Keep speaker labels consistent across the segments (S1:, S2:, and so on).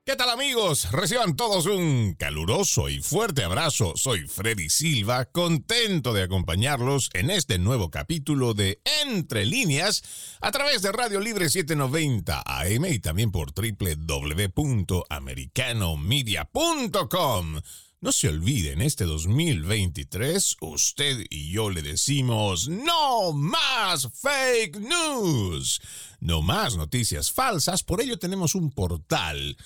S1: ¿Qué tal, amigos? Reciban todos un caluroso y fuerte abrazo. Soy Freddy Silva, contento de acompañarlos en este nuevo capítulo de Entre Líneas a través de Radio Libre 790 AM y también por www.americanomedia.com. No se olviden, este 2023, usted y yo le decimos ¡no más fake news! No más noticias falsas, por ello tenemos un portal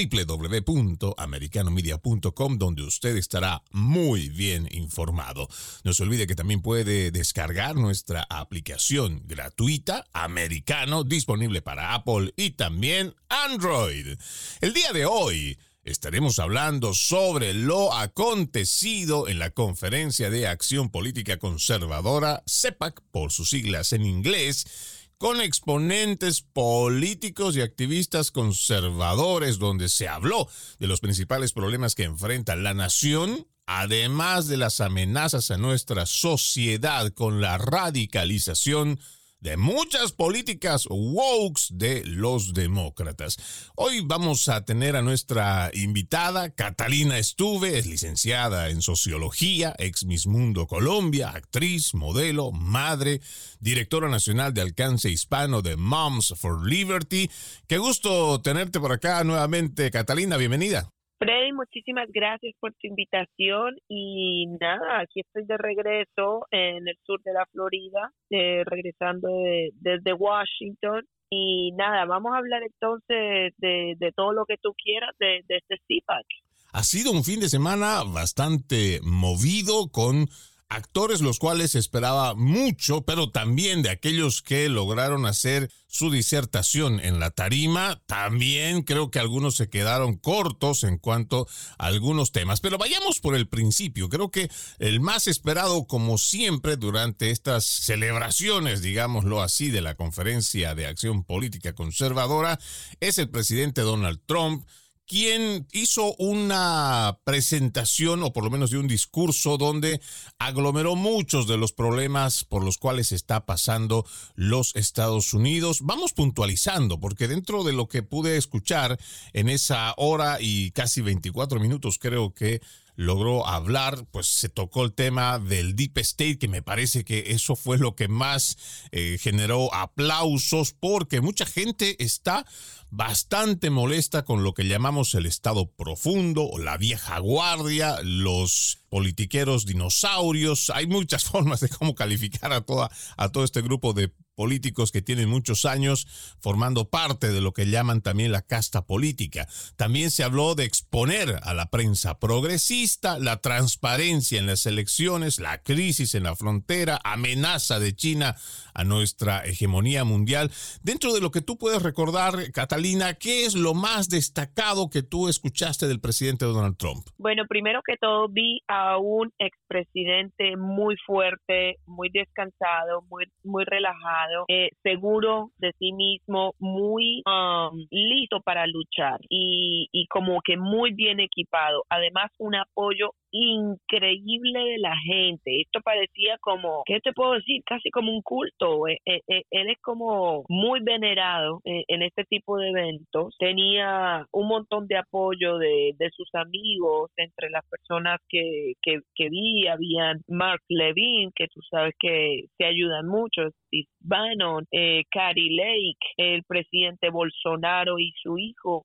S1: www.americanomedia.com donde usted estará muy bien informado. No se olvide que también puede descargar nuestra aplicación gratuita Americano, disponible para Apple y también Android. El día de hoy estaremos hablando sobre lo acontecido en la Conferencia de Acción Política Conservadora, CEPAC por sus siglas en inglés, con exponentes políticos y activistas conservadores, donde se habló de los principales problemas que enfrenta la nación, además de las amenazas a nuestra sociedad con la radicalización de muchas políticas woke de los demócratas. Hoy vamos a tener a nuestra invitada, Catalina Estuve, es licenciada en Sociología, ex Miss Mundo Colombia, actriz, modelo, madre, directora nacional de alcance hispano de Moms for Liberty. Qué gusto tenerte por acá nuevamente, Catalina, bienvenida.
S2: Freddy, muchísimas gracias por tu invitación y nada, aquí estoy de regreso en el sur de la Florida, regresando desde Washington y nada, vamos a hablar entonces de todo lo que tú quieras de este CPAC.
S1: Ha sido un fin de semana bastante movido con actores los cuales se esperaba mucho, pero también de aquellos que lograron hacer su disertación en la tarima. También creo que algunos se quedaron cortos en cuanto a algunos temas. Pero vayamos por el principio. Creo que el más esperado, como siempre, durante estas celebraciones, digámoslo así, de la Conferencia de Acción Política Conservadora, es el presidente Donald Trump, quien hizo una presentación, o por lo menos dio un discurso, donde aglomeró muchos de los problemas por los cuales está pasando los Estados Unidos. Vamos puntualizando, porque dentro de lo que pude escuchar en esa hora y casi 24 minutos, creo que logró hablar, pues se tocó el tema del Deep State, que me parece que eso fue lo que más generó aplausos, porque mucha gente está bastante molesta con lo que llamamos el Estado profundo o la vieja guardia, los politiqueros dinosaurios. Hay muchas formas de cómo calificar a todo este grupo de políticos que tienen muchos años formando parte de lo que llaman también la casta política. También se habló de exponer a la prensa progresista, la transparencia en las elecciones, la crisis en la frontera, amenaza de China a nuestra hegemonía mundial. Dentro de lo que tú puedes recordar, Catalina, ¿qué es lo más destacado que tú escuchaste del presidente Donald Trump?
S2: Bueno, primero que todo vi a un expresidente muy fuerte, muy descansado, muy relajado, seguro de sí mismo, muy listo para luchar y como que muy bien equipado. Además, un apoyo increíble de la gente. Esto parecía como, ¿qué te puedo decir? Casi como un culto. Él es como muy venerado en este tipo de eventos. Tenía un montón de apoyo de sus amigos, entre las personas que vi, habían Mark Levin, que tú sabes que se ayudan mucho, Steve Bannon, Kari Lake, el presidente Bolsonaro y su hijo.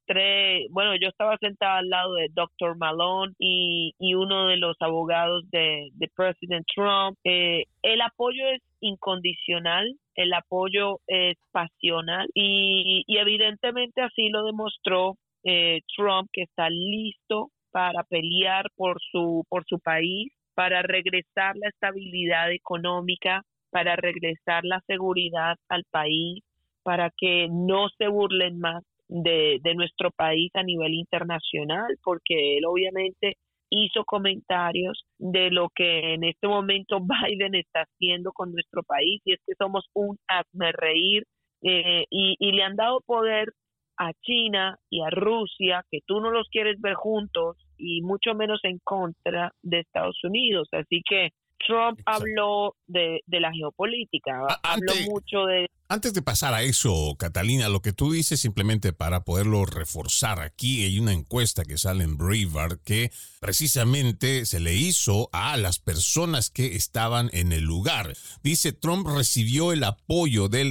S2: Yo estaba sentada al lado de Dr. Malone y uno de los abogados de President Trump. El apoyo es incondicional, el apoyo es pasional y evidentemente así lo demostró Trump, que está listo para pelear por su país, para regresar la estabilidad económica, para regresar la seguridad al país, para que no se burlen más de nuestro país a nivel internacional, porque él obviamente hizo comentarios de lo que en este momento Biden está haciendo con nuestro país, y es que somos un hazmerreír, y le han dado poder a China y a Rusia, que tú no los quieres ver juntos y mucho menos en contra de Estados Unidos. Así que Trump habló de la geopolítica, habló mucho de
S1: Antes de pasar a eso, Catalina, lo que tú dices simplemente para poderlo reforzar, aquí hay una encuesta que sale en Breitbart que precisamente se le hizo a las personas que estaban en el lugar. Dice, Trump recibió el apoyo del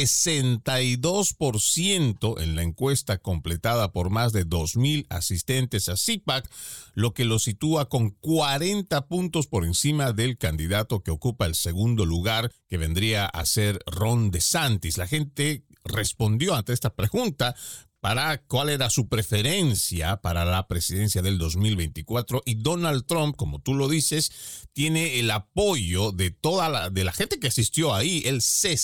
S1: 62% en la encuesta completada por más de 2,000 asistentes a CPAC, lo que lo sitúa con 40 puntos por encima del candidato que ocupa el segundo lugar, que vendría a ser Ron DeSantis. La gente respondió ante esta pregunta para cuál era su preferencia para la presidencia del 2024, y Donald Trump, como tú lo dices, tiene el apoyo de toda la gente que asistió ahí, el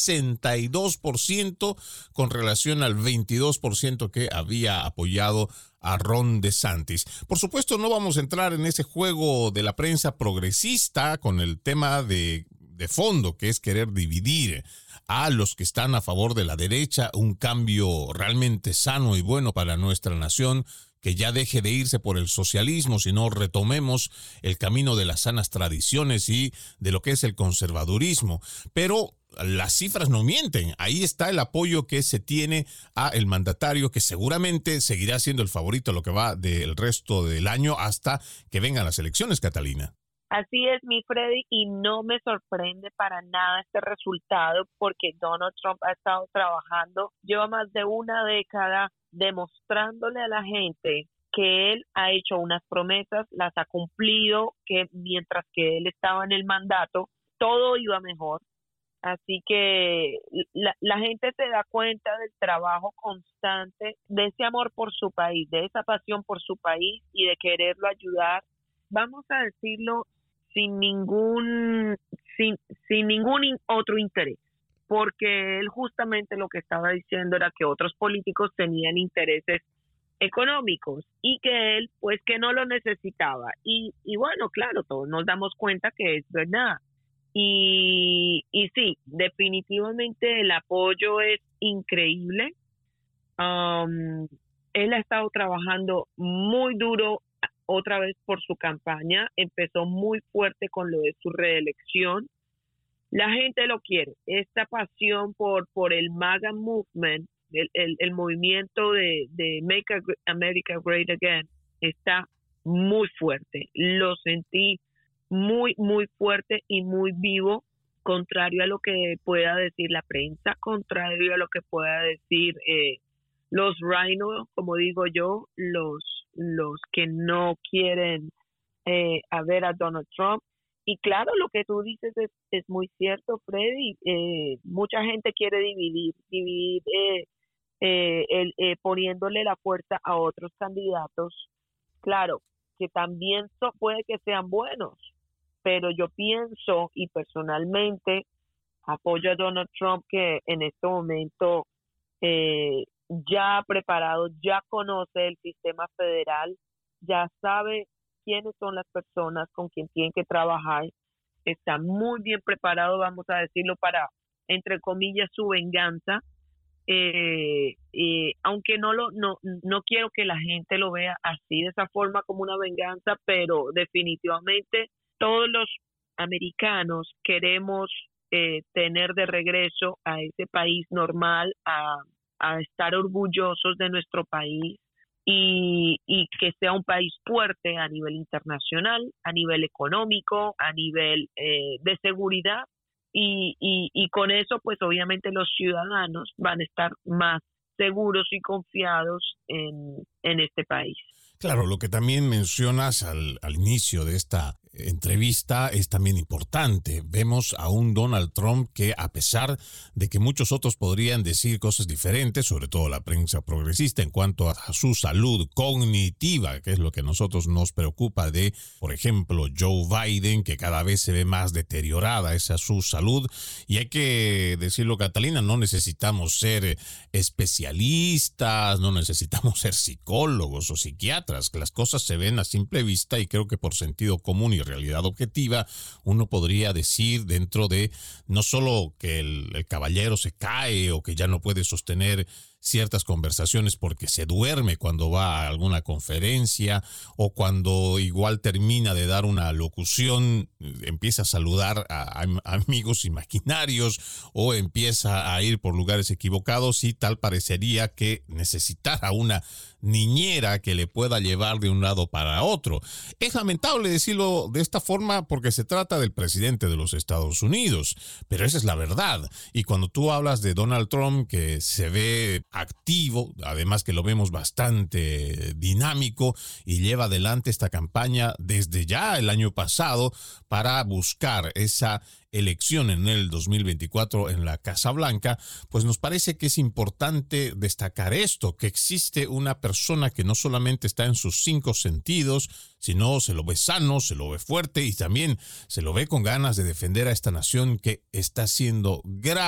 S1: 62% con relación al 22% que había apoyado a Ron DeSantis. Por supuesto, no vamos a entrar en ese juego de la prensa progresista con el tema de fondo, que es querer dividir a los que están a favor de la derecha, un cambio realmente sano y bueno para nuestra nación, que ya deje de irse por el socialismo, sino retomemos el camino de las sanas tradiciones y de lo que es el conservadurismo. Pero las cifras no mienten. Ahí está el apoyo que se tiene a el mandatario, que seguramente seguirá siendo el favorito lo que va del resto del año hasta que vengan las elecciones, Catalina.
S2: Así es, mi Freddy, y no me sorprende para nada este resultado porque Donald Trump ha estado trabajando, lleva más de una década demostrándole a la gente que él ha hecho unas promesas, las ha cumplido, que mientras que él estaba en el mandato, todo iba mejor. Así que la gente se da cuenta del trabajo constante, de ese amor por su país, de esa pasión por su país y de quererlo ayudar, vamos a decirlo, sin ningún otro interés, porque él justamente lo que estaba diciendo era que otros políticos tenían intereses económicos y que él pues que no lo necesitaba y bueno, claro, todos nos damos cuenta que es verdad y sí, definitivamente el apoyo es increíble. Él ha estado trabajando muy duro otra vez por su campaña, empezó muy fuerte con lo de su reelección. La gente lo quiere, esta pasión por el MAGA movement, el movimiento de Make America Great Again está muy fuerte. Lo sentí muy, muy fuerte y muy vivo, contrario a lo que pueda decir la prensa, contrario a lo que pueda decir los rhinos, como digo yo, los que no quieren a ver a Donald Trump. Y claro, lo que tú dices es muy cierto, Freddy. Mucha gente quiere dividir poniéndole la fuerza a otros candidatos. Claro, que también puede que sean buenos, pero yo pienso y personalmente apoyo a Donald Trump, que en este momento ya preparado, ya conoce el sistema federal, ya sabe quiénes son las personas con quien tienen que trabajar, está muy bien preparado, vamos a decirlo, para, entre comillas, su venganza, aunque no quiero que la gente lo vea así, de esa forma, como una venganza, pero definitivamente todos los americanos queremos tener de regreso a ese país normal, a estar orgullosos de nuestro país y que sea un país fuerte a nivel internacional, a nivel económico, a nivel de seguridad y con eso pues obviamente los ciudadanos van a estar más seguros y confiados en este país.
S1: Claro, lo que también mencionas al inicio de esta entrevista es también importante. Vemos a un Donald Trump que, a pesar de que muchos otros podrían decir cosas diferentes, sobre todo la prensa progresista, en cuanto a su salud cognitiva, que es lo que a nosotros nos preocupa de, por ejemplo, Joe Biden, que cada vez se ve más deteriorada esa su salud. Y hay que decirlo, Catalina, no necesitamos ser especialistas, no necesitamos ser psicólogos o psiquiatras. Las cosas se ven a simple vista y creo que por sentido común y realidad objetiva, uno podría decir dentro de no solo que el caballero se cae o que ya no puede sostener ciertas conversaciones porque se duerme cuando va a alguna conferencia o cuando igual termina de dar una locución, empieza a saludar a amigos imaginarios o empieza a ir por lugares equivocados y tal parecería que necesitara una niñera que le pueda llevar de un lado para otro. Es lamentable decirlo de esta forma porque se trata del presidente de los Estados Unidos, pero esa es la verdad. Y cuando tú hablas de Donald Trump, que se ve activo, además que lo vemos bastante dinámico y lleva adelante esta campaña desde ya el año pasado para buscar esa elección en el 2024 en la Casa Blanca, pues nos parece que es importante destacar esto, que existe una persona que no solamente está en sus 5 sentidos, sino se lo ve sano, se lo ve fuerte y también se lo ve con ganas de defender a esta nación que está siendo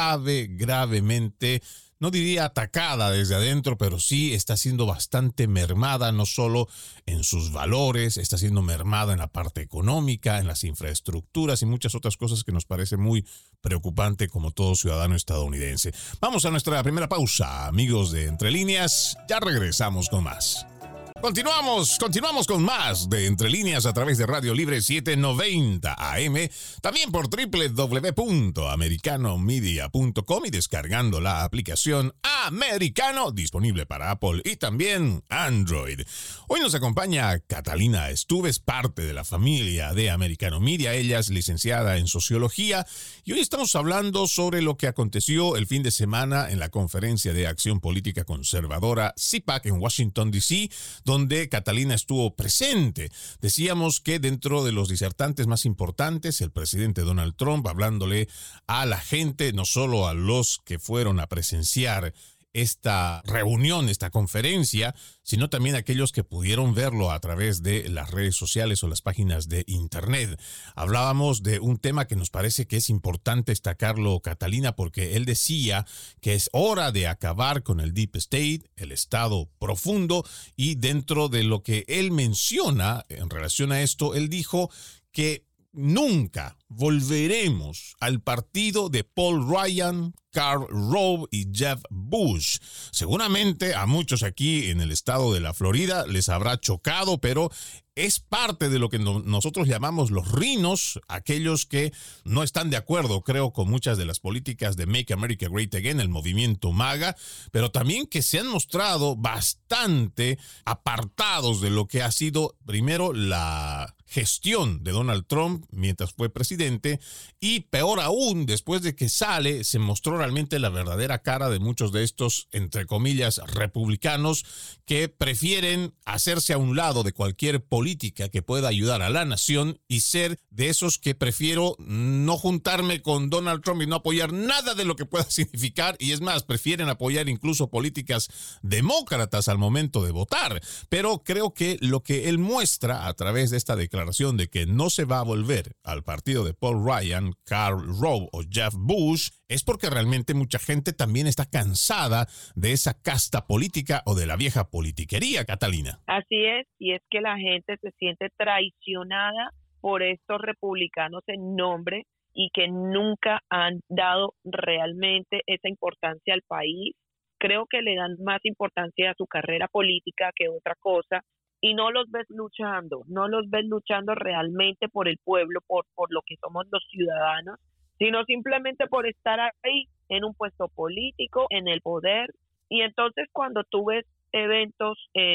S1: gravemente, no diría atacada desde adentro, pero sí está siendo bastante mermada, no solo en sus valores, está siendo mermada en la parte económica, en las infraestructuras y muchas otras cosas que nos parece muy preocupante como todo ciudadano estadounidense. Vamos a nuestra primera pausa, amigos de Entre Líneas, ya regresamos con más. Continuamos con más de Entre Líneas a través de Radio Libre 790 AM, también por www.americanomedia.com y descargando la aplicación Americano, disponible para Apple y también Android. Hoy nos acompaña Catalina Estuves, parte de la familia de Americano Media. Ella es licenciada en Sociología y hoy estamos hablando sobre lo que aconteció el fin de semana en la Conferencia de Acción Política Conservadora CPAC en Washington, D.C., donde Catalina estuvo presente. Decíamos que dentro de los disertantes más importantes, el presidente Donald Trump hablándole a la gente, no solo a los que fueron a presenciar esta reunión, esta conferencia, sino también aquellos que pudieron verlo a través de las redes sociales o las páginas de internet. Hablábamos de un tema que nos parece que es importante destacarlo, Catalina, porque él decía que es hora de acabar con el Deep State, el Estado profundo, y dentro de lo que él menciona en relación a esto, él dijo que nunca volveremos al partido de Paul Ryan, Karl Rove y Jeb Bush. Seguramente a muchos aquí en el estado de la Florida les habrá chocado, pero es parte de lo que nosotros llamamos los rhinos, aquellos que no están de acuerdo, creo, con muchas de las políticas de Make America Great Again, el movimiento MAGA, pero también que se han mostrado bastante apartados de lo que ha sido, primero, la gestión de Donald Trump mientras fue presidente, y peor aún, después de que sale, se mostró realmente la verdadera cara de muchos de estos, entre comillas, republicanos que prefieren hacerse a un lado de cualquier política que pueda ayudar a la nación y ser de esos que prefiero no juntarme con Donald Trump y no apoyar nada de lo que pueda significar, y es más, prefieren apoyar incluso políticas demócratas al momento de votar. Pero creo que lo que él muestra a través de esta declaración de que no se va a volver al partido de Paul Ryan, Karl Rove o Jeb Bush es porque realmente mucha gente también está cansada de esa casta política o de la vieja politiquería, Catalina.
S2: Así es, y es que la gente se siente traicionada por estos republicanos en nombre y que nunca han dado realmente esa importancia al país. Creo que le dan más importancia a su carrera política que otra cosa, y no los ves luchando realmente por el pueblo, por lo que somos los ciudadanos, sino simplemente por estar ahí en un puesto político, en el poder. Y entonces cuando tú ves eventos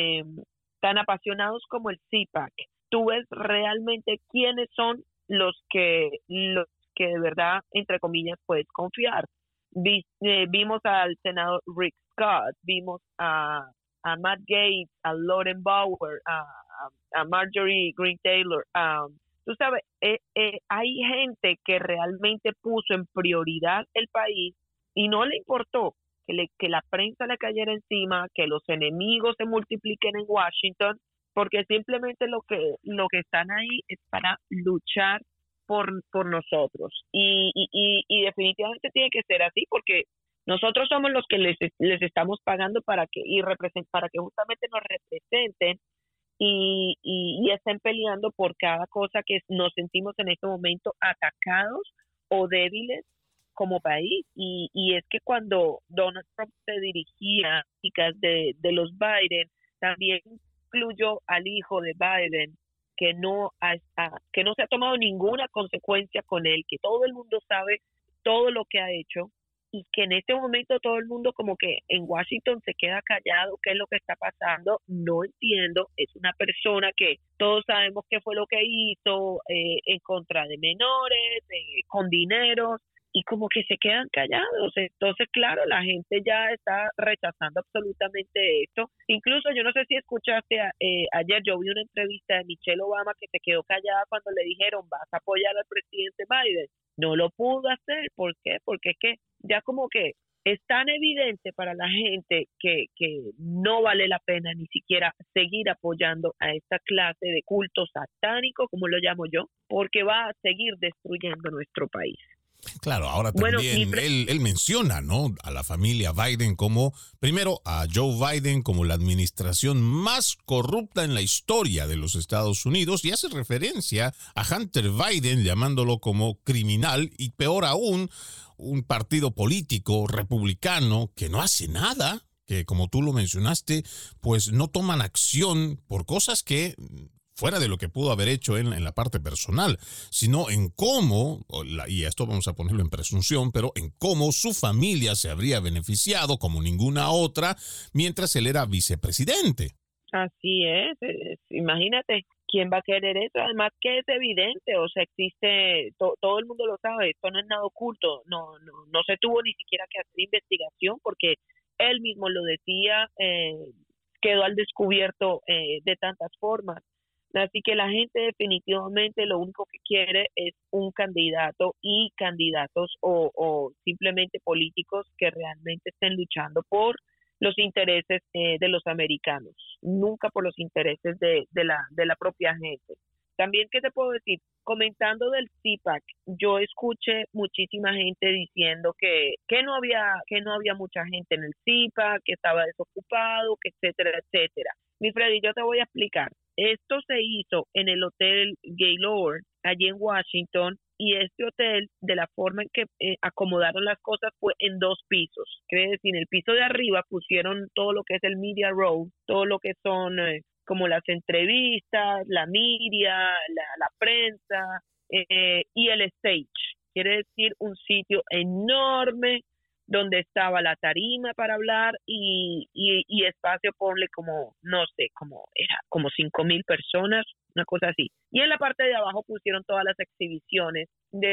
S2: tan apasionados como el CPAC, tú ves realmente quiénes son los que de verdad, entre comillas, puedes confiar. Vimos al senador Rick Scott, vimos a Matt Gaetz, a Lauren Boebert, a Marjorie Greene Taylor. Tú sabes, hay gente que realmente puso en prioridad el país y no le importó que la prensa le cayera encima, que los enemigos se multipliquen en Washington, porque simplemente lo que están ahí es para luchar por nosotros. Y definitivamente tiene que ser así, porque nosotros somos los que les estamos pagando para que justamente nos representen y estén peleando por cada cosa que nos sentimos en este momento atacados o débiles como país. Y es que cuando Donald Trump se dirigía a chicas de los Biden, también incluyó al hijo de Biden, que no se ha tomado ninguna consecuencia con él, que todo el mundo sabe todo lo que ha hecho y que en este momento todo el mundo como que en Washington se queda callado. ¿Qué es lo que está pasando? No entiendo. Es una persona que todos sabemos qué fue lo que hizo en contra de menores, con dinero, y como que se quedan callados. Entonces, claro, la gente ya está rechazando absolutamente esto. Incluso yo no sé si escuchaste, ayer yo vi una entrevista de Michelle Obama que se quedó callada cuando le dijeron vas a apoyar al presidente Biden. No lo pudo hacer. ¿Por qué? Porque es que ya como que es tan evidente para la gente que no vale la pena ni siquiera seguir apoyando a esta clase de culto satánico, como lo llamo yo, porque va a seguir destruyendo nuestro país.
S1: Claro, ahora
S2: Bueno,
S1: también él menciona, ¿no?, a la familia Biden como, primero, a Joe Biden como la administración más corrupta en la historia de los Estados Unidos, y hace referencia a Hunter Biden llamándolo como criminal, y peor aún, un partido político republicano que no hace nada, que como tú lo mencionaste, pues no toman acción por cosas que fuera de lo que pudo haber hecho en la parte personal, sino en cómo, y esto vamos a ponerlo en presunción, pero en cómo su familia se habría beneficiado como ninguna otra mientras él era vicepresidente.
S2: Así es, imagínate, ¿quién va a querer eso? Además que es evidente, o sea, existe, todo el mundo lo sabe, esto no es nada oculto, no se tuvo ni siquiera que hacer investigación porque él mismo lo decía, quedó al descubierto de tantas formas. Así que la gente definitivamente lo único que quiere es un candidato y candidatos o simplemente políticos que realmente estén luchando por los intereses de los americanos, nunca por los intereses de la propia gente. También, ¿qué te puedo decir? Comentando del CPAC, yo escuché muchísima gente diciendo que no había mucha gente en el CPAC, que estaba desocupado, que etcétera, etcétera. Mi Freddy, yo te voy a explicar. Esto se hizo en el Hotel Gaylord, allí en Washington, y este hotel, de la forma en que acomodaron las cosas, fue en 2 pisos. Quiere decir, en el piso de arriba pusieron todo lo que es el Media Row, todo lo que son como las entrevistas, la media, la prensa y el stage. Quiere decir, un sitio enorme donde estaba la tarima para hablar y espacio, ponle como, no sé, como 5,000 personas, una cosa así. Y en la parte de abajo pusieron todas las exhibiciones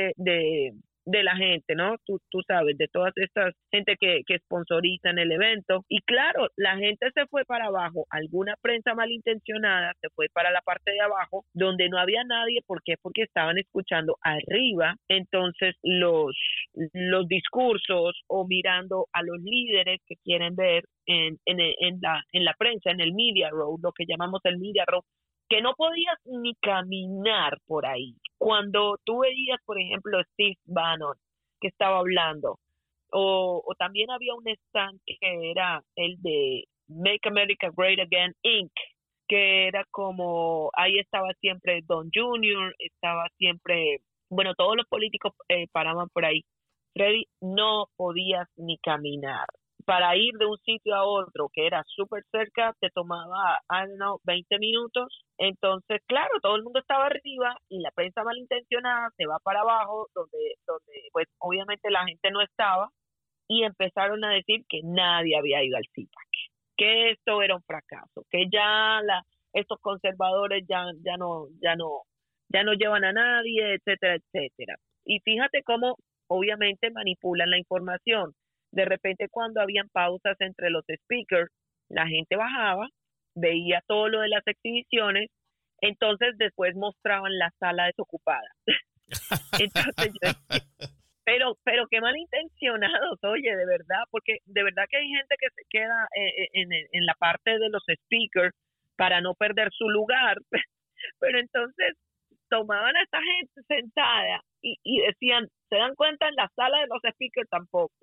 S2: de la gente, ¿no? Tú sabes, de todas estas gente que sponsorizan el evento. Y claro, la gente se fue para abajo, alguna prensa malintencionada se fue para la parte de abajo, donde no había nadie. ¿Por qué? Porque estaban escuchando arriba, entonces los discursos o mirando a los líderes que quieren ver en la prensa, en el Media Row, lo que llamamos el Media Row, que no podías ni caminar por ahí. Cuando tú veías, por ejemplo, Steve Bannon, que estaba hablando, o también había un stand que era el de Make America Great Again, Inc., que era como, ahí estaba siempre Don Jr., estaba siempre, bueno, todos los políticos paraban por ahí. Freddy, no podías ni caminar. Para ir de un sitio a otro, que era súper cerca, te tomaba, 20 minutos. Entonces, claro, todo el mundo estaba arriba y la prensa malintencionada se va para abajo, donde pues obviamente la gente no estaba, y empezaron a decir que nadie había ido al CPAC, que esto era un fracaso, que ya estos conservadores ya no llevan a nadie, etcétera, etcétera. Y fíjate cómo obviamente manipulan la información. De repente, cuando habían pausas entre los speakers, la gente bajaba, veía todo lo de las exhibiciones, entonces después mostraban la sala desocupada. Entonces yo decía, pero qué malintencionados, oye, de verdad, porque de verdad que hay gente que se queda en la parte de los speakers para no perder su lugar, pero entonces tomaban a esta gente sentada y decían, ¿se dan cuenta? En la sala de los speakers tampoco.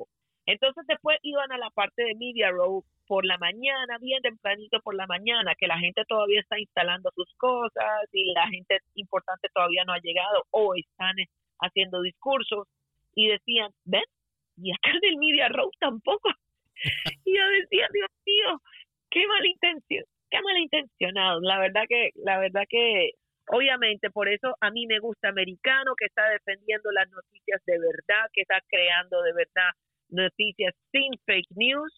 S2: Entonces después iban a la parte de Media Row por la mañana, bien tempranito por la mañana, que la gente todavía está instalando sus cosas y la gente importante todavía no ha llegado o están haciendo discursos y decían, ven, y acá en el Media Row tampoco. Y yo decía, Dios mío, qué malintencionado. La verdad que obviamente por eso a mí me gusta Americano, que está defendiendo las noticias de verdad, que está creando de verdad noticias sin fake news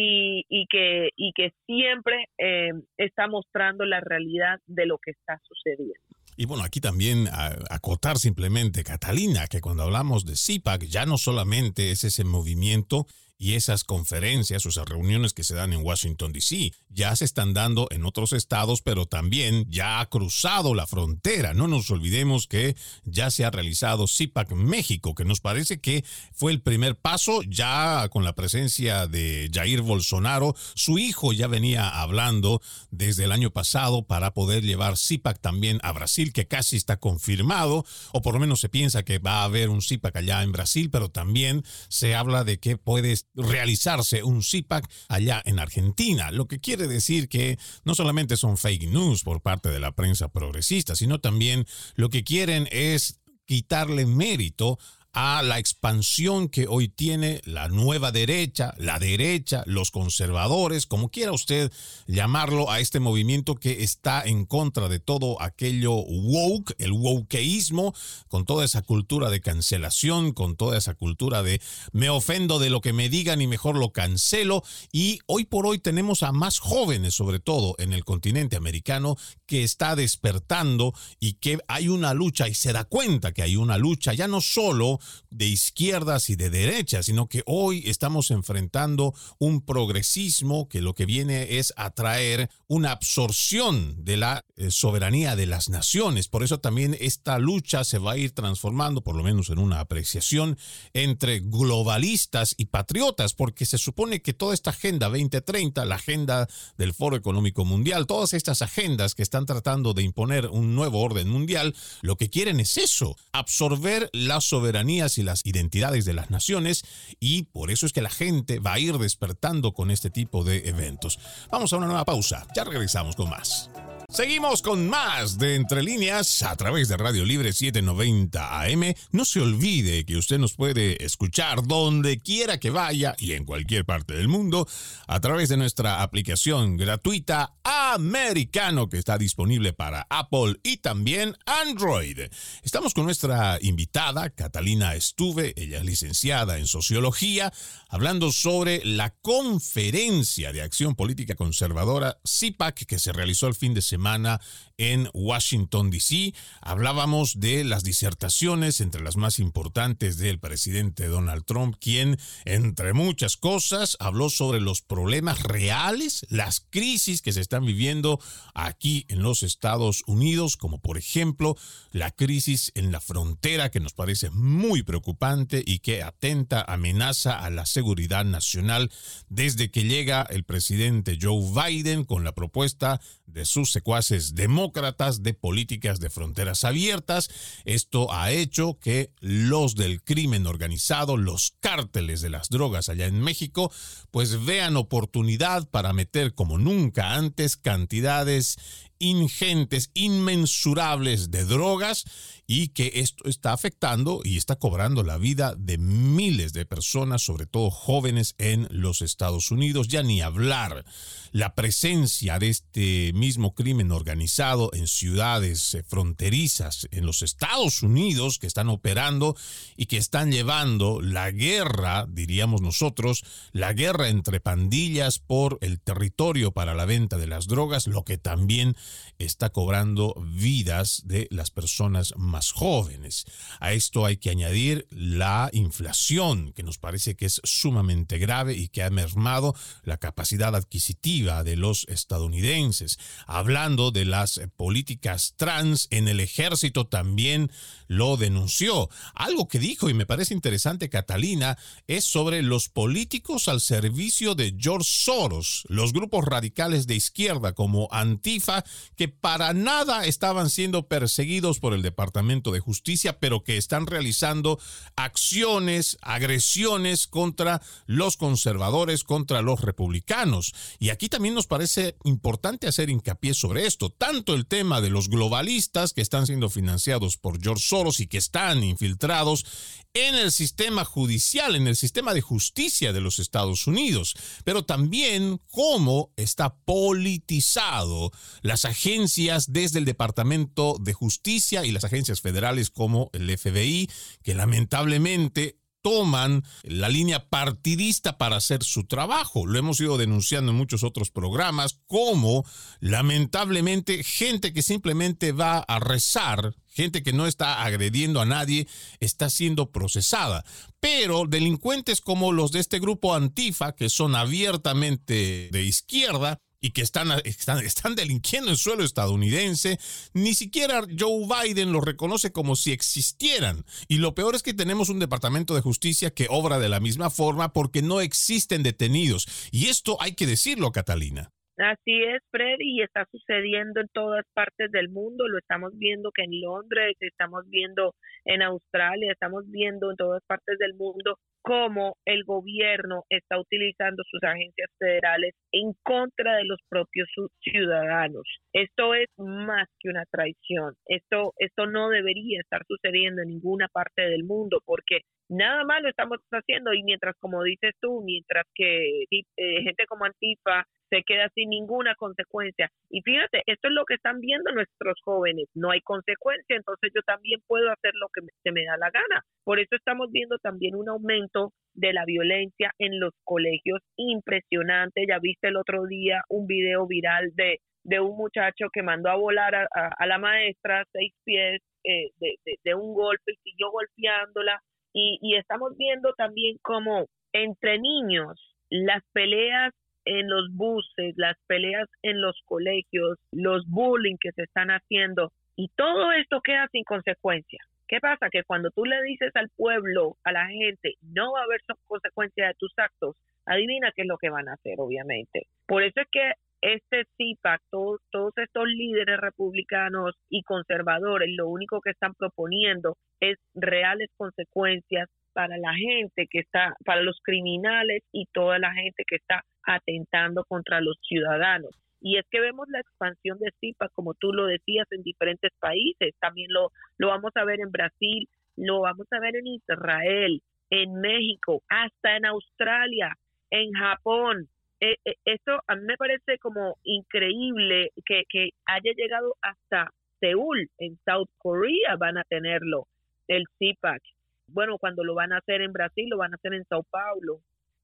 S2: y que siempre está mostrando la realidad de lo que está sucediendo.
S1: Y bueno, aquí también acotar simplemente, Catalina, que cuando hablamos de CPAC ya no solamente es ese movimiento y esas conferencias o esas reuniones que se dan en Washington, D.C., ya se están dando en otros estados, pero también ya ha cruzado la frontera. No nos olvidemos que ya se ha realizado CPAC México, que nos parece que fue el primer paso, ya con la presencia de Jair Bolsonaro. Su hijo ya venía hablando desde el año pasado para poder llevar CPAC también a Brasil, que casi está confirmado, o por lo menos se piensa que va a haber un CPAC allá en Brasil, pero también se habla de que puede realizarse un CPAC allá en Argentina, lo que quiere decir que no solamente son fake news por parte de la prensa progresista, sino también lo que quieren es quitarle mérito a la expansión que hoy tiene la nueva derecha, los conservadores, como quiera usted llamarlo, a este movimiento que está en contra de todo aquello woke, el wokeísmo, con toda esa cultura de cancelación, con toda esa cultura de me ofendo de lo que me digan y mejor lo cancelo. Y hoy por hoy tenemos a más jóvenes, sobre todo en el continente americano, que está despertando y que hay una lucha y se da cuenta que hay una lucha ya no solo de izquierdas y de derechas, sino que hoy estamos enfrentando un progresismo que lo que viene es a traer una absorción de la soberanía de las naciones. Por eso también esta lucha se va a ir transformando, por lo menos en una apreciación, entre globalistas y patriotas, porque se supone que toda esta Agenda 2030, la agenda del Foro Económico Mundial, todas estas agendas que están tratando de imponer un nuevo orden mundial, lo que quieren es eso, absorber las soberanías y las identidades de las naciones, y por eso es que la gente va a ir despertando con este tipo de eventos. Vamos a una nueva pausa, ya regresamos con más. Seguimos con más de Entre Líneas a través de Radio Libre 790 AM. No se olvide que usted nos puede escuchar donde quiera que vaya y en cualquier parte del mundo a través de nuestra aplicación gratuita Americano, que está disponible para Apple y también Android. Estamos con nuestra invitada, Catalina Estuve, ella es licenciada en Sociología, hablando sobre la Conferencia de Acción Política Conservadora, CPAC, que se realizó el fin de semana en Washington, D.C. Hablábamos de las disertaciones, entre las más importantes del presidente Donald Trump, quien, entre muchas cosas, habló sobre los problemas reales, las crisis que se están viviendo aquí en los Estados Unidos, como por ejemplo la crisis en la frontera, que nos parece muy preocupante y que atenta, amenaza a la seguridad nacional desde que llega el presidente Joe Biden con la propuesta de sus secuaces demócratas de políticas de fronteras abiertas. Esto ha hecho que los del crimen organizado, los cárteles de las drogas allá en México, pues vean oportunidad para meter como nunca antes cantidades ingentes, inmensurables de drogas, y que esto está afectando y está cobrando la vida de miles de personas, sobre todo jóvenes en los Estados Unidos. Ya ni hablar la presencia de este mismo crimen organizado en ciudades fronterizas en los Estados Unidos, que están operando y que están llevando la guerra, diríamos nosotros, la guerra entre pandillas por el territorio para la venta de las drogas, lo que también está cobrando vidas de las personas más jóvenes. A esto hay que añadir la inflación, que nos parece que es sumamente grave y que ha mermado la capacidad adquisitiva de los estadounidenses. Hablando de las políticas trans en el ejército, también lo denunció. Algo que dijo, y me parece interesante, Catalina, es sobre los políticos al servicio de George Soros, los grupos radicales de izquierda como Antifa, que para nada estaban siendo perseguidos por el Departamento de Justicia, pero que están realizando acciones, agresiones contra los conservadores, contra los republicanos. Y aquí también nos parece importante hacer hincapié sobre esto, tanto el tema de los globalistas que están siendo financiados por George Soros y que están infiltrados en el sistema judicial, en el sistema de justicia de los Estados Unidos, pero también cómo está politizado las agencias desde el Departamento de Justicia y las agencias federales como el FBI, que lamentablemente toman la línea partidista para hacer su trabajo. Lo hemos ido denunciando en muchos otros programas, como lamentablemente gente que simplemente va a rezar, gente que no está agrediendo a nadie, está siendo procesada. Pero delincuentes como los de este grupo Antifa, que son abiertamente de izquierda, y que están delinquiendo en suelo estadounidense, ni siquiera Joe Biden los reconoce como si existieran. Y lo peor es que tenemos un Departamento de Justicia que obra de la misma forma porque no existen detenidos. Y esto hay que decirlo, Catalina.
S2: Así es, Freddy, y está sucediendo en todas partes del mundo. Lo estamos viendo que en Londres, estamos viendo en Australia, estamos viendo en todas partes del mundo cómo el gobierno está utilizando sus agencias federales en contra de los propios ciudadanos. Esto es más que una traición. Esto no debería estar sucediendo en ninguna parte del mundo, porque nada más lo estamos haciendo, y mientras, como dices tú, mientras que gente como Antifa se queda sin ninguna consecuencia. Y fíjate, esto es lo que están viendo nuestros jóvenes. No hay consecuencia, entonces yo también puedo hacer lo que se me da la gana. Por eso estamos viendo también un aumento de la violencia en los colegios impresionante. Ya viste el otro día un video viral de un muchacho que mandó a volar a la maestra 6 pies de un golpe y siguió golpeándola. Y estamos viendo también como entre niños las peleas en los buses, las peleas en los colegios, los bullying que se están haciendo, y todo esto queda sin consecuencia. ¿Qué pasa? Que cuando tú le dices al pueblo, a la gente, no va a haber consecuencia de tus actos, adivina qué es lo que van a hacer, obviamente. Por eso es que este CPAC, todos estos líderes republicanos y conservadores, lo único que están proponiendo es reales consecuencias para la gente que está, para los criminales y toda la gente que está atentando contra los ciudadanos. Y es que vemos la expansión de CPAC, como tú lo decías, en diferentes países. También lo vamos a ver en Brasil, lo vamos a ver en Israel, en México, hasta en Australia, en Japón. Esto a mí me parece como increíble que haya llegado hasta Seúl, en South Korea van a tenerlo, el CPAC. Bueno, cuando lo van a hacer en Brasil, lo van a hacer en Sao Paulo.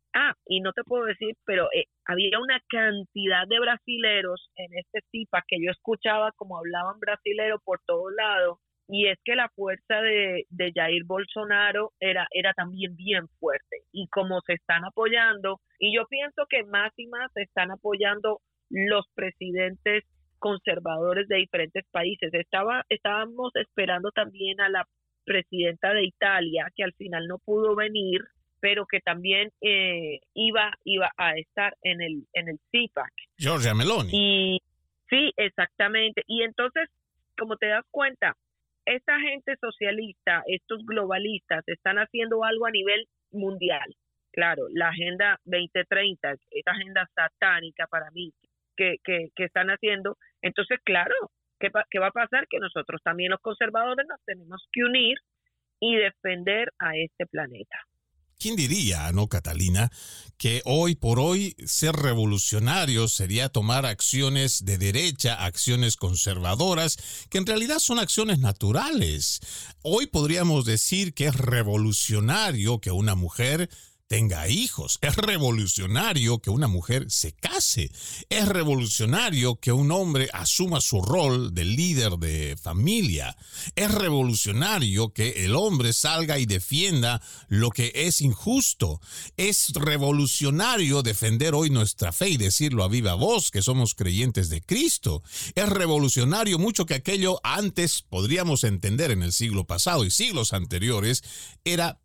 S2: Y no te puedo decir, pero había una cantidad de brasileros en este CPAC que yo escuchaba como hablaban brasilero por todos lados, y es que la fuerza de Jair Bolsonaro era también bien fuerte, y como se están apoyando, y yo pienso que más y más se están apoyando los presidentes conservadores de diferentes países. Estábamos esperando también a la presidenta de Italia, que al final no pudo venir, pero que también iba a estar en el CPAC.
S1: Giorgia Meloni.
S2: Y sí, exactamente. Y entonces, como te das cuenta, esta gente socialista, estos globalistas, están haciendo algo a nivel mundial. Claro, la Agenda 2030, esa agenda satánica para mí que están haciendo. Entonces, claro, ¿qué va a pasar? Que nosotros también los conservadores nos tenemos que unir y defender a este planeta.
S1: ¿Quién diría, no, Catalina, que hoy por hoy ser revolucionario sería tomar acciones de derecha, acciones conservadoras, que en realidad son acciones naturales? Hoy podríamos decir que es revolucionario que una mujer tenga hijos. Es revolucionario que una mujer se case. Es revolucionario que un hombre asuma su rol de líder de familia. Es revolucionario que el hombre salga y defienda lo que es injusto. Es revolucionario defender hoy nuestra fe y decirlo a viva voz, que somos creyentes de Cristo. Es revolucionario mucho que aquello antes podríamos entender en el siglo pasado y siglos anteriores era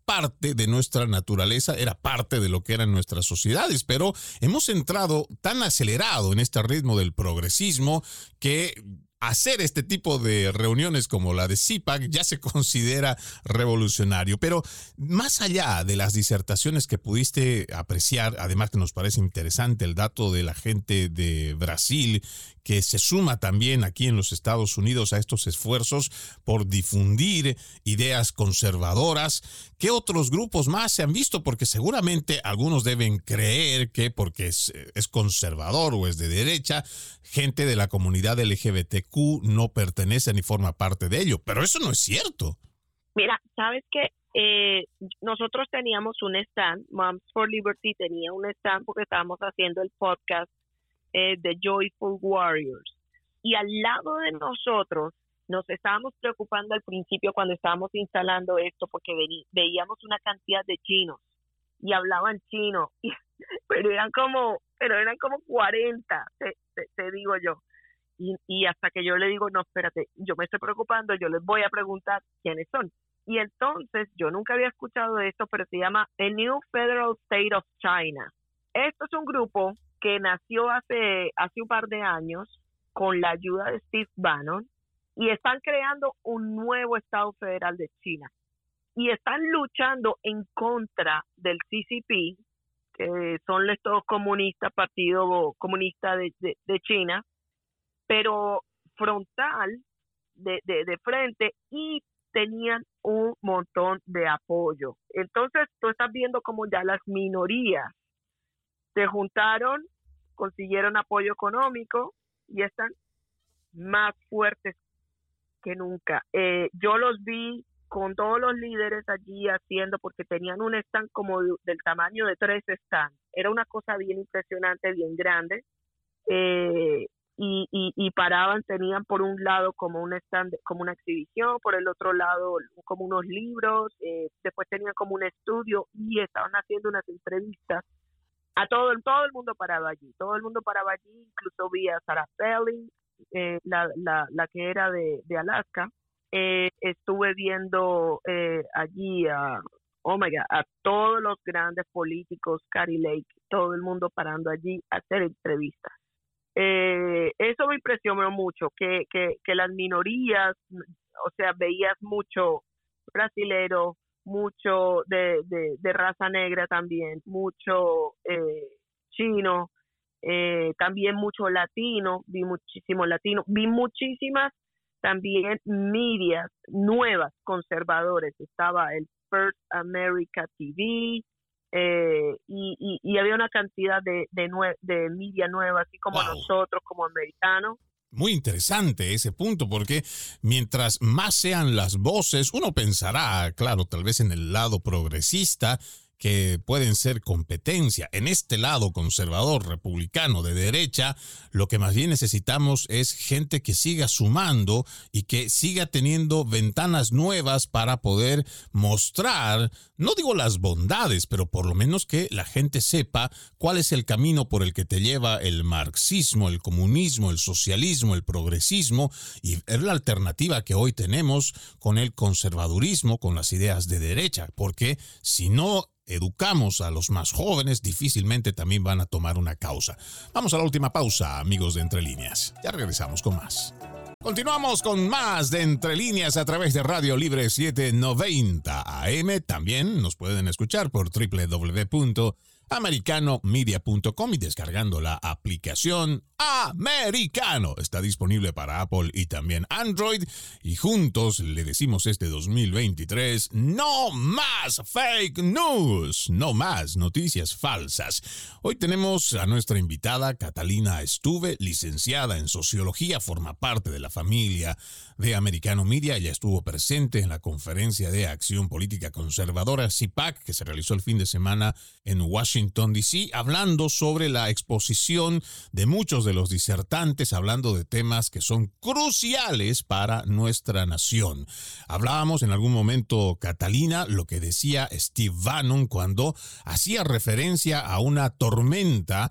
S1: parte de nuestra naturaleza, era parte de lo que eran nuestras sociedades, pero hemos entrado tan acelerado en este ritmo del progresismo que hacer este tipo de reuniones como la de CPAC ya se considera revolucionario. Pero más allá de las disertaciones que pudiste apreciar, además que nos parece interesante el dato de la gente de Brasil, que se suma también aquí en los Estados Unidos a estos esfuerzos por difundir ideas conservadoras. ¿Qué otros grupos más se han visto? Porque seguramente algunos deben creer que porque es conservador o es de derecha, gente de la comunidad LGBTQ no pertenece ni forma parte de ello. Pero eso no es cierto.
S2: Mira, ¿sabes qué? Nosotros teníamos un stand, Moms for Liberty tenía un stand porque estábamos haciendo el podcast de Joyful Warriors. Y al lado de nosotros nos estábamos preocupando al principio cuando estábamos instalando esto porque veíamos una cantidad de chinos y hablaban chino, pero eran como 40, te digo yo. Y hasta que yo le digo, no, espérate, yo me estoy preocupando, yo les voy a preguntar quiénes son. Y entonces, yo nunca había escuchado de esto, pero se llama The New Federal State of China. Esto es un grupo que nació hace un par de años con la ayuda de Steve Bannon y están creando un nuevo Estado Federal de China. Y están luchando en contra del CCP, que son estos comunistas, Partido Comunista de China, pero frontal, de frente, y tenían un montón de apoyo. Entonces, tú estás viendo como ya las minorías se juntaron, consiguieron apoyo económico y están más fuertes que nunca. Yo los vi con todos los líderes allí haciendo, porque tenían un stand como del tamaño de 3 stands. Era una cosa bien impresionante, bien grande. Y paraban, tenían por un lado como un stand, como una exhibición, por el otro lado como unos libros, después tenían como un estudio y estaban haciendo unas entrevistas a todo el mundo paraba allí, incluso vi a Sarah Palin, la que era de Alaska. Estuve viendo allí a todos los grandes políticos, Kari Lake, todo el mundo parando allí a hacer entrevistas. Eso me impresionó mucho, que las minorías, o sea, veías mucho brasilero, mucho de raza negra también, mucho chino, también mucho latino, vi muchísimo latino, vi muchísimas también medias nuevas, conservadores. Estaba el First America TV, y había una cantidad de media nueva, así como nosotros, como americanos.
S1: Muy interesante ese punto, porque mientras más sean las voces, uno pensará, claro, tal vez en el lado progresista, que pueden ser competencia. En este lado conservador, republicano, de derecha, lo que más bien necesitamos es gente que siga sumando y que siga teniendo ventanas nuevas para poder mostrar, no digo las bondades, pero por lo menos que la gente sepa cuál es el camino por el que te lleva el marxismo, el comunismo, el socialismo, el progresismo, y es la alternativa que hoy tenemos con el conservadurismo, con las ideas de derecha, porque si no educamos a los más jóvenes, difícilmente también van a tomar una causa. Vamos a la última pausa, amigos de Entre Líneas. Ya regresamos con más. Continuamos con más de Entre Líneas a través de Radio Libre 790 AM. También nos pueden escuchar por www.americanomedia.com y descargando la aplicación Americano. Está disponible para Apple y también Android. Y juntos le decimos este 2023, no más fake news, no más noticias falsas. Hoy tenemos a nuestra invitada Catalina Estuve, licenciada en Sociología, forma parte de la familia de Americano Media. Ella estuvo presente en la conferencia de Acción Política Conservadora, CPAC, que se realizó el fin de semana en Washington, Washington, D.C., hablando sobre la exposición de muchos de los disertantes, hablando de temas que son cruciales para nuestra nación. Hablábamos en algún momento, Catalina, lo que decía Steve Bannon cuando hacía referencia a una tormenta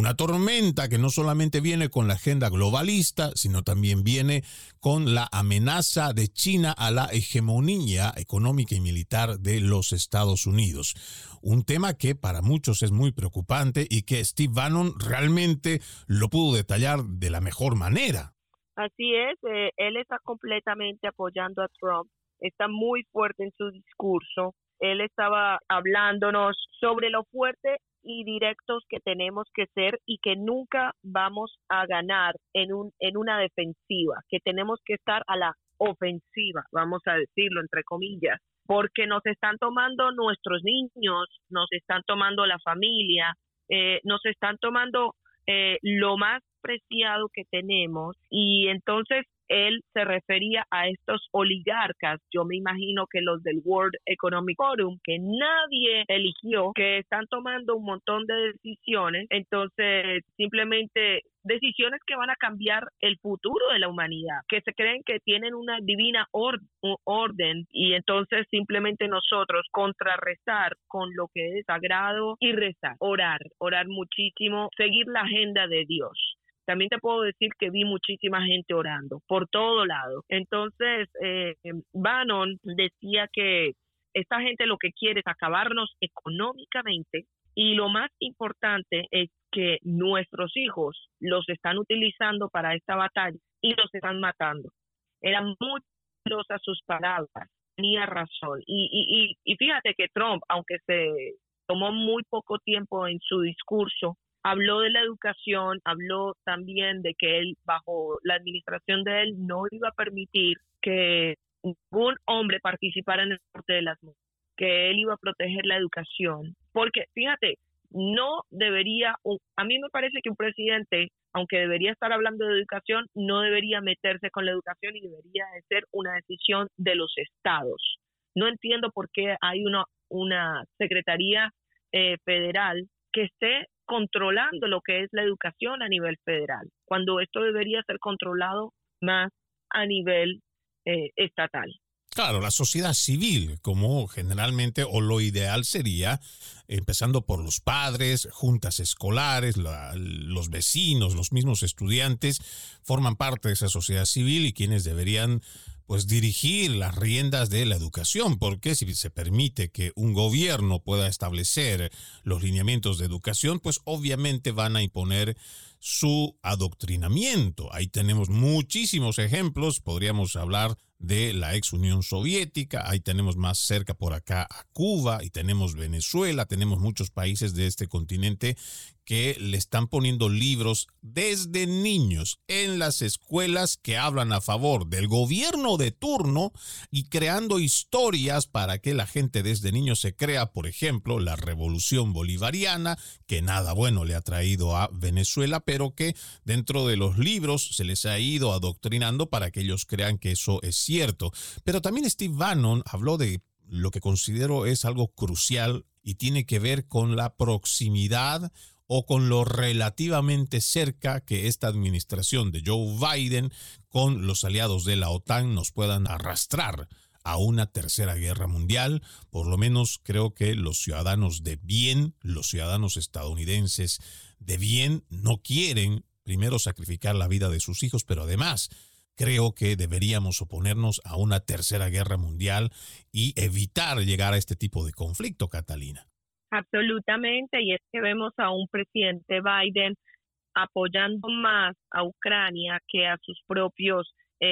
S1: que no solamente viene con la agenda globalista, sino también viene con la amenaza de China a la hegemonía económica y militar de los Estados Unidos. Un tema que para muchos es muy preocupante y que Steve Bannon realmente lo pudo detallar de la mejor manera.
S2: Así es, él está completamente apoyando a Trump, está muy fuerte en su discurso. Él estaba hablándonos sobre lo fuerte y directos que tenemos que ser y que nunca vamos a ganar en una defensiva, que tenemos que estar a la ofensiva, vamos a decirlo entre comillas, porque nos están tomando nuestros niños, nos están tomando la familia, nos están tomando lo más preciado que tenemos, y entonces él se refería a estos oligarcas, yo me imagino que los del World Economic Forum, que nadie eligió, que están tomando un montón de decisiones, entonces simplemente decisiones que van a cambiar el futuro de la humanidad, que se creen que tienen una divina orden, y entonces simplemente nosotros contrarrestar con lo que es sagrado y rezar, orar muchísimo, seguir la agenda de Dios. También te puedo decir que vi muchísima gente orando por todo lado. Entonces, Bannon decía que esta gente lo que quiere es acabarnos económicamente, y lo más importante es que nuestros hijos los están utilizando para esta batalla y los están matando. Eran muy poderosas sus palabras, tenía razón. Y fíjate que Trump, aunque se tomó muy poco tiempo en su discurso, habló de la educación, habló también de que él, bajo la administración de él, no iba a permitir que ningún hombre participara en el deporte de las mujeres, que él iba a proteger la educación. Porque, fíjate, no debería, a mí me parece que un presidente, aunque debería estar hablando de educación, no debería meterse con la educación y debería de ser una decisión de los estados. No entiendo por qué hay una secretaría federal que esté controlando lo que es la educación a nivel federal, cuando esto debería ser controlado más a nivel estatal.
S1: Claro, la sociedad civil, como generalmente o lo ideal sería, empezando por los padres, juntas escolares, los vecinos, los mismos estudiantes, forman parte de esa sociedad civil y quienes deberían pues dirigir las riendas de la educación, porque si se permite que un gobierno pueda establecer los lineamientos de educación, pues obviamente van a imponer su adoctrinamiento. Ahí tenemos muchísimos ejemplos, podríamos hablar de la ex Unión Soviética, ahí tenemos más cerca por acá a Cuba y tenemos Venezuela, tenemos muchos países de este continente que le están poniendo libros desde niños en las escuelas que hablan a favor del gobierno de turno y creando historias para que la gente desde niños se crea, por ejemplo, la revolución bolivariana, que nada bueno le ha traído a Venezuela, pero que dentro de los libros se les ha ido adoctrinando para que ellos crean que eso es cierto. Pero también Steve Bannon habló de lo que considero es algo crucial y tiene que ver con la proximidad o con lo relativamente cerca que esta administración de Joe Biden con los aliados de la OTAN nos puedan arrastrar a una tercera guerra mundial. Por lo menos creo que los ciudadanos de bien, los ciudadanos estadounidenses de bien, no quieren primero sacrificar la vida de sus hijos, pero además creo que deberíamos oponernos a una tercera guerra mundial y evitar llegar a este tipo de conflicto, Catalina.
S2: Absolutamente, y es que vemos a un presidente Biden apoyando más a Ucrania que a sus propios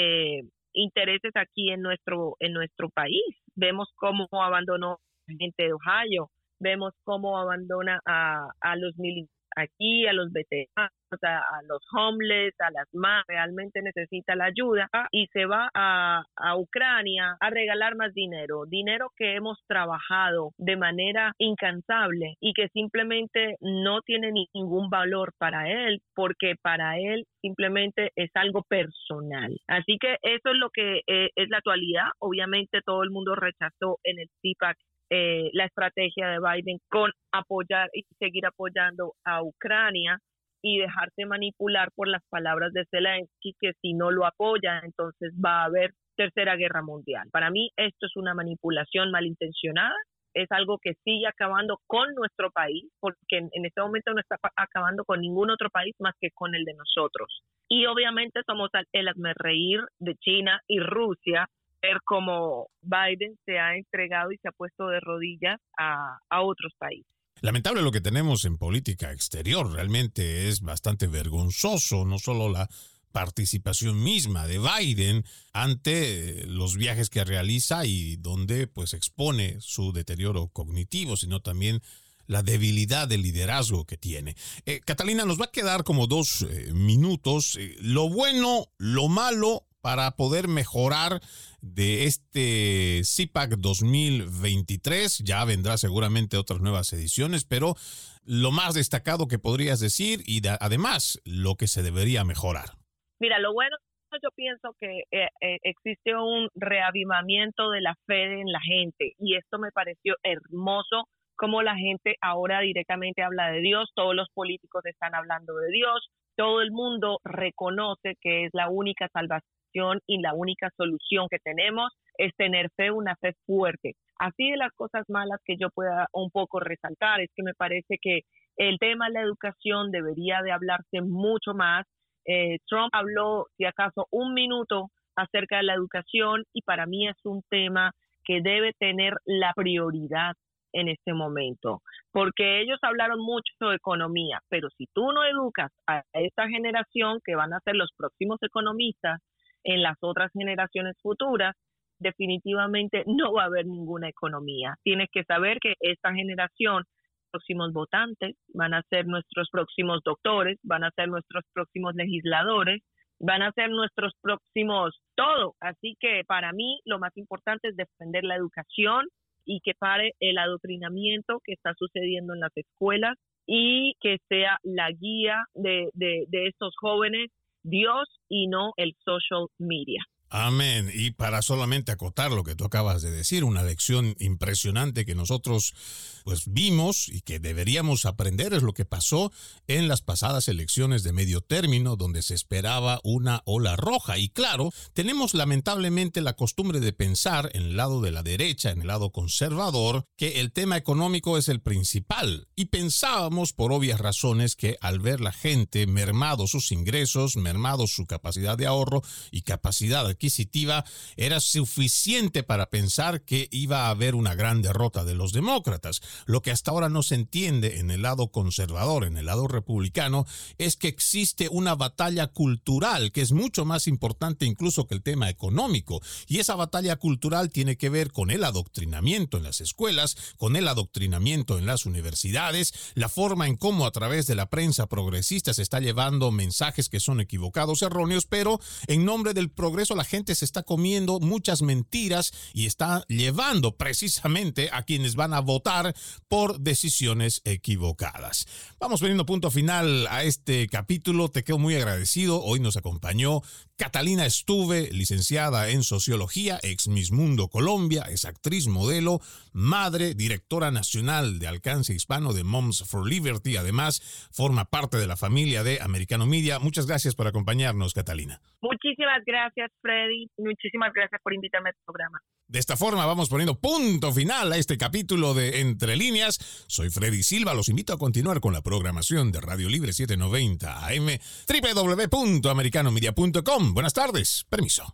S2: intereses aquí en nuestro país. Vemos cómo abandonó a la gente de Ohio, vemos cómo abandona a los militares aquí, a los veteranos, a los homeless, a las más realmente necesita la ayuda, y se va a Ucrania a regalar más dinero que hemos trabajado de manera incansable y que simplemente no tiene ningún valor para él, porque para él simplemente es algo personal. Así que eso es lo que es la actualidad. Obviamente todo el mundo rechazó en el CPAC la estrategia de Biden con apoyar y seguir apoyando a Ucrania y dejarse manipular por las palabras de Zelensky, que si no lo apoya, entonces va a haber tercera guerra mundial. Para mí esto es una manipulación malintencionada, es algo que sigue acabando con nuestro país, porque en este momento no está acabando con ningún otro país más que con el de nosotros. Y obviamente somos el hazmerreír de China y Rusia, ver cómo Biden se ha entregado y se ha puesto de rodillas a otros países.
S1: Lamentable lo que tenemos en política exterior, realmente es bastante vergonzoso, no solo la participación misma de Biden ante los viajes que realiza y donde pues expone su deterioro cognitivo, sino también la debilidad del liderazgo que tiene. Catalina, nos va a quedar como 2 minutos. Lo bueno, lo malo para poder mejorar de este CPAC 2023. Ya vendrá seguramente otras nuevas ediciones, pero lo más destacado que podrías decir y además lo que se debería mejorar.
S2: Mira, lo bueno, yo pienso que existe un reavivamiento de la fe en la gente y esto me pareció hermoso, como la gente ahora directamente habla de Dios, todos los políticos están hablando de Dios, todo el mundo reconoce que es la única salvación y la única solución que tenemos es tener fe, una fe fuerte. Así de las cosas malas que yo pueda un poco resaltar es que me parece que el tema de la educación debería de hablarse mucho más. Trump habló, si acaso, 1 minuto acerca de la educación y para mí es un tema que debe tener la prioridad en este momento, porque ellos hablaron mucho de economía, pero si tú no educas a esta generación que van a ser los próximos economistas en las otras generaciones futuras, definitivamente no va a haber ninguna economía. Tienes que saber que esta generación, próximos votantes, van a ser nuestros próximos doctores, van a ser nuestros próximos legisladores, van a ser nuestros próximos todo. Así que para mí lo más importante es defender la educación y que pare el adoctrinamiento que está sucediendo en las escuelas y que sea la guía de estos jóvenes Dios y no el social media.
S1: Amén. Y para solamente acotar lo que tú acabas de decir, una lección impresionante que nosotros pues vimos y que deberíamos aprender es lo que pasó en las pasadas elecciones de medio término, donde se esperaba una ola roja. Y claro, tenemos lamentablemente la costumbre de pensar en el lado de la derecha, en el lado conservador, que el tema económico es el principal. Y pensábamos por obvias razones que al ver la gente mermados sus ingresos, mermados su capacidad de ahorro y capacidad adquisitiva, era suficiente para pensar que iba a haber una gran derrota de los demócratas. Lo que hasta ahora no se entiende en el lado conservador, en el lado republicano, es que existe una batalla cultural que es mucho más importante incluso que el tema económico. Y esa batalla cultural tiene que ver con el adoctrinamiento en las escuelas, con el adoctrinamiento en las universidades, la forma en cómo a través de la prensa progresista se está llevando mensajes que son equivocados, erróneos, pero en nombre del progreso la gente se está comiendo muchas mentiras y está llevando precisamente a quienes van a votar por decisiones equivocadas. Vamos poniendo punto final a este capítulo. Te quedo muy agradecido. Hoy nos acompañó Catalina Estuve, licenciada en Sociología, ex Miss Mundo Colombia, es actriz, modelo, madre, directora nacional de alcance hispano de Moms for Liberty. Además, forma parte de la familia de Americano Media. Muchas gracias por acompañarnos, Catalina.
S2: Muchísimas gracias, Freddy. Muchísimas gracias por invitarme al programa.
S1: De esta forma vamos poniendo punto final a este capítulo de Entre Líneas. Soy Freddy Silva. Los invito a continuar con la programación de Radio Libre 790 AM, www.americanomedia.com. Buenas tardes. Permiso.